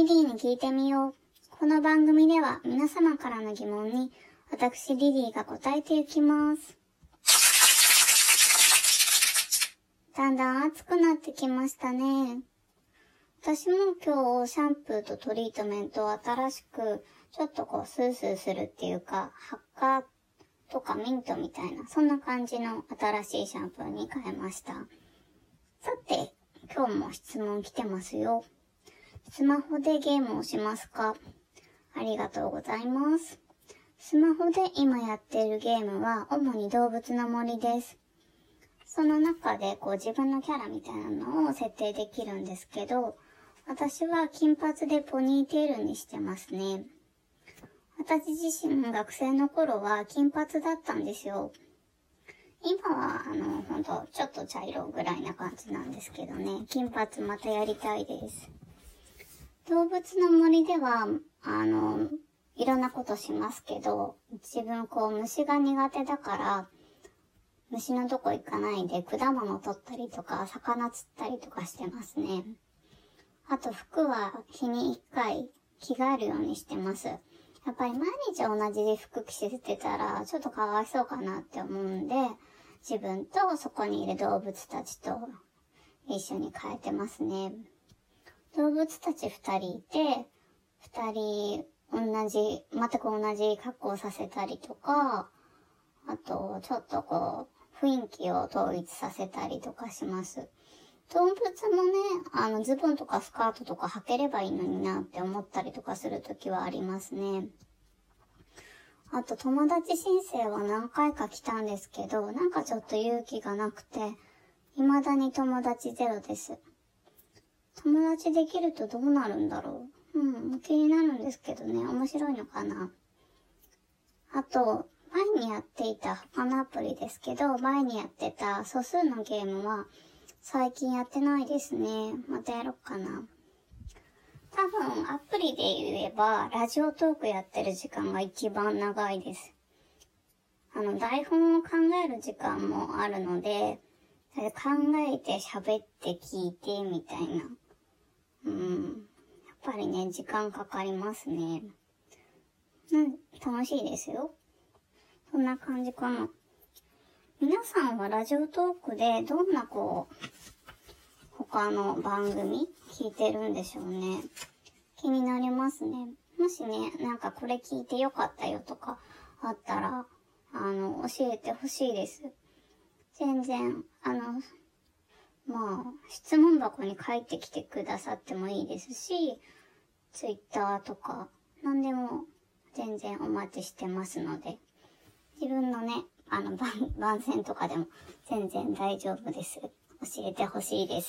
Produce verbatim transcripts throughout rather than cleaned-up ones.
リリーに聞いてみよう。この番組では皆様からの疑問に私リリーが答えていきます。だんだん暑くなってきましたね。私も今日シャンプーとトリートメントを新しくちょっとこうスースーするっていうか、ハッカーとかミントみたいなそんな感じの新しいシャンプーに変えました。さて、今日も質問来てますよ。スマホでゲームをしますか？ありがとうございます。スマホで今やっているゲームは主に動物の森です。その中でこう自分のキャラみたいなのを設定できるんですけど、私は金髪でポニーテールにしてますね。私自身学生の頃は金髪だったんですよ。今はあのほんとちょっと茶色ぐらいな感じなんですけどね、金髪またやりたいです。動物の森ではあのいろんなことしますけど、自分こう虫が苦手だから虫のとこ行かないで果物取ったりとか魚釣ったりとかしてますね。あと服は日にいっかい着替えるようにしてます。やっぱり毎日同じ服着せてたらちょっとかわいそうかなって思うんで、自分とそこにいる動物たちと一緒に変えてますね。動物たち二人いて、二人同じ、全く同じ格好をさせたりとか、あとちょっとこう雰囲気を統一させたりとかします。動物もね、あのズボンとかスカートとか履ければいいのになって思ったりとかするときはありますね。あと友達申請は何回か来たんですけど、なんかちょっと勇気がなくて、未だに友達ゼロです。友達できるとどうなるんだろう。うん、気になるんですけどね、面白いのかな。あと、前にやっていた他のアプリですけど、前にやってた素数のゲームは最近やってないですね。またやろうかな。多分アプリで言えばラジオトークやってる時間が一番長いです。あの台本を考える時間もあるので、考えて喋って聞いてみたいな。うん。やっぱりね、時間かかりますね。うん、楽しいですよ。そんな感じかな。皆さんはラジオトークでどんなこう、他の番組聞いてるんでしょうね。気になりますね。もしね、なんかこれ聞いてよかったよとかあったら、あの、教えてほしいです。全然、あの、まあ、質問箱に書いてきてくださってもいいですし、ツイッターとか、なんでも全然お待ちしてますので、自分のね、あの、番、番宣とかでも全然大丈夫です。教えてほしいです。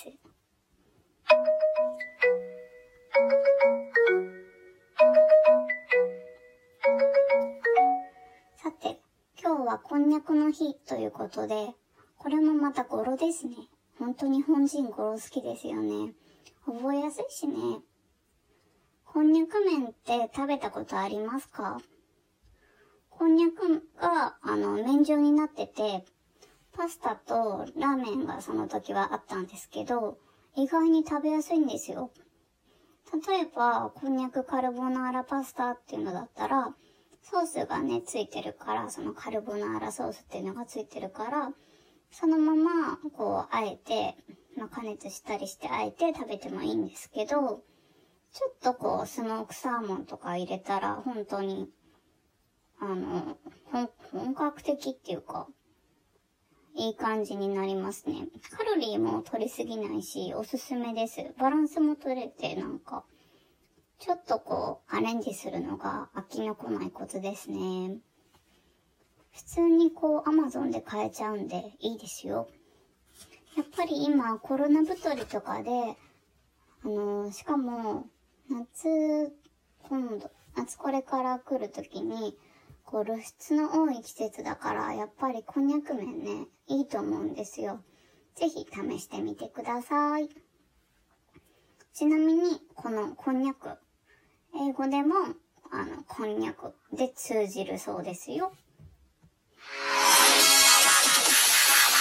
さて、今日はこんにゃくの日ということで、これもまた語呂ですね。本当日本人語呂好きですよね。覚えやすいしね。こんにゃく麺って食べたことありますか？こんにゃくが、あの、麺状になってて、パスタとラーメンがその時はあったんですけど、意外に食べやすいんですよ。例えば、こんにゃくカルボナーラパスタっていうのだったら、ソースがね、ついてるから、そのカルボナーラソースっていうのがついてるから、そのまま、こう、あえて、まあ、加熱したりしてあえて食べてもいいんですけど、ちょっとこう、スモークサーモンとか入れたら、本当に、あの、本、本格的っていうか、いい感じになりますね。カロリーも取りすぎないし、おすすめです。バランスも取れて、なんか、ちょっとこう、アレンジするのが飽きのこないコツですね。普通にこう、アマゾンで買えちゃうんで、いいですよ。やっぱり今、コロナ太りとかで、あのー、しかも、夏、今度、夏これから来るときに、こう露出の多い季節だから、やっぱりこんにゃく麺ね、いいと思うんですよ。ぜひ試してみてください。ちなみに、このこんにゃく、英語でも、あの、こんにゃくで通じるそうですよ。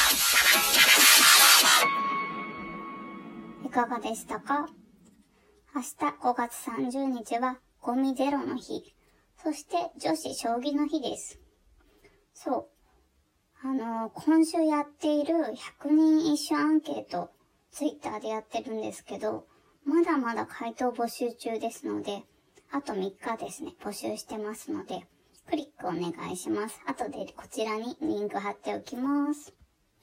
いかがでしたか？ 明日ごがつさんじゅうにちはゴミゼロの日。そして女子将棋の日です。そう。あのー、今週やっているひゃくにん一首アンケート、ツイッターでやってるんですけど、まだまだ回答募集中ですので、あとみっかですね、募集してますので、クリックお願いします。後でこちらにリンク貼っておきます。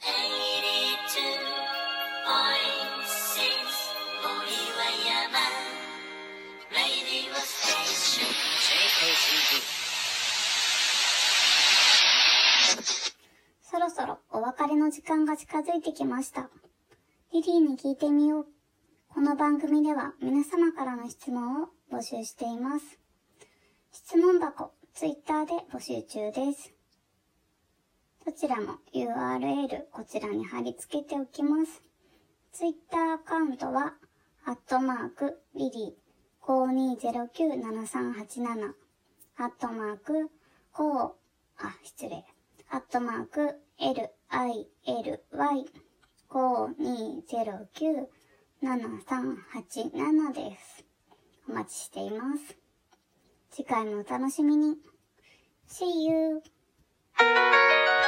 そろそろお別れの時間が近づいてきました。リリーに聞いてみよう。この番組では皆様からの質問を募集しています。質問箱、ツイッターで募集中です。どちらも ユーアールエル こちらに貼り付けておきます。ツイッターアカウントは、アットマーク、リリー、ごーにーゼロきゅうななさんはちなな、アットマーク、ごー、あ、失礼、アットマーク、エルアイエルワイ、ごーにーゼロきゅうななさんはちななです。お待ちしています。次回もお楽しみに。See you!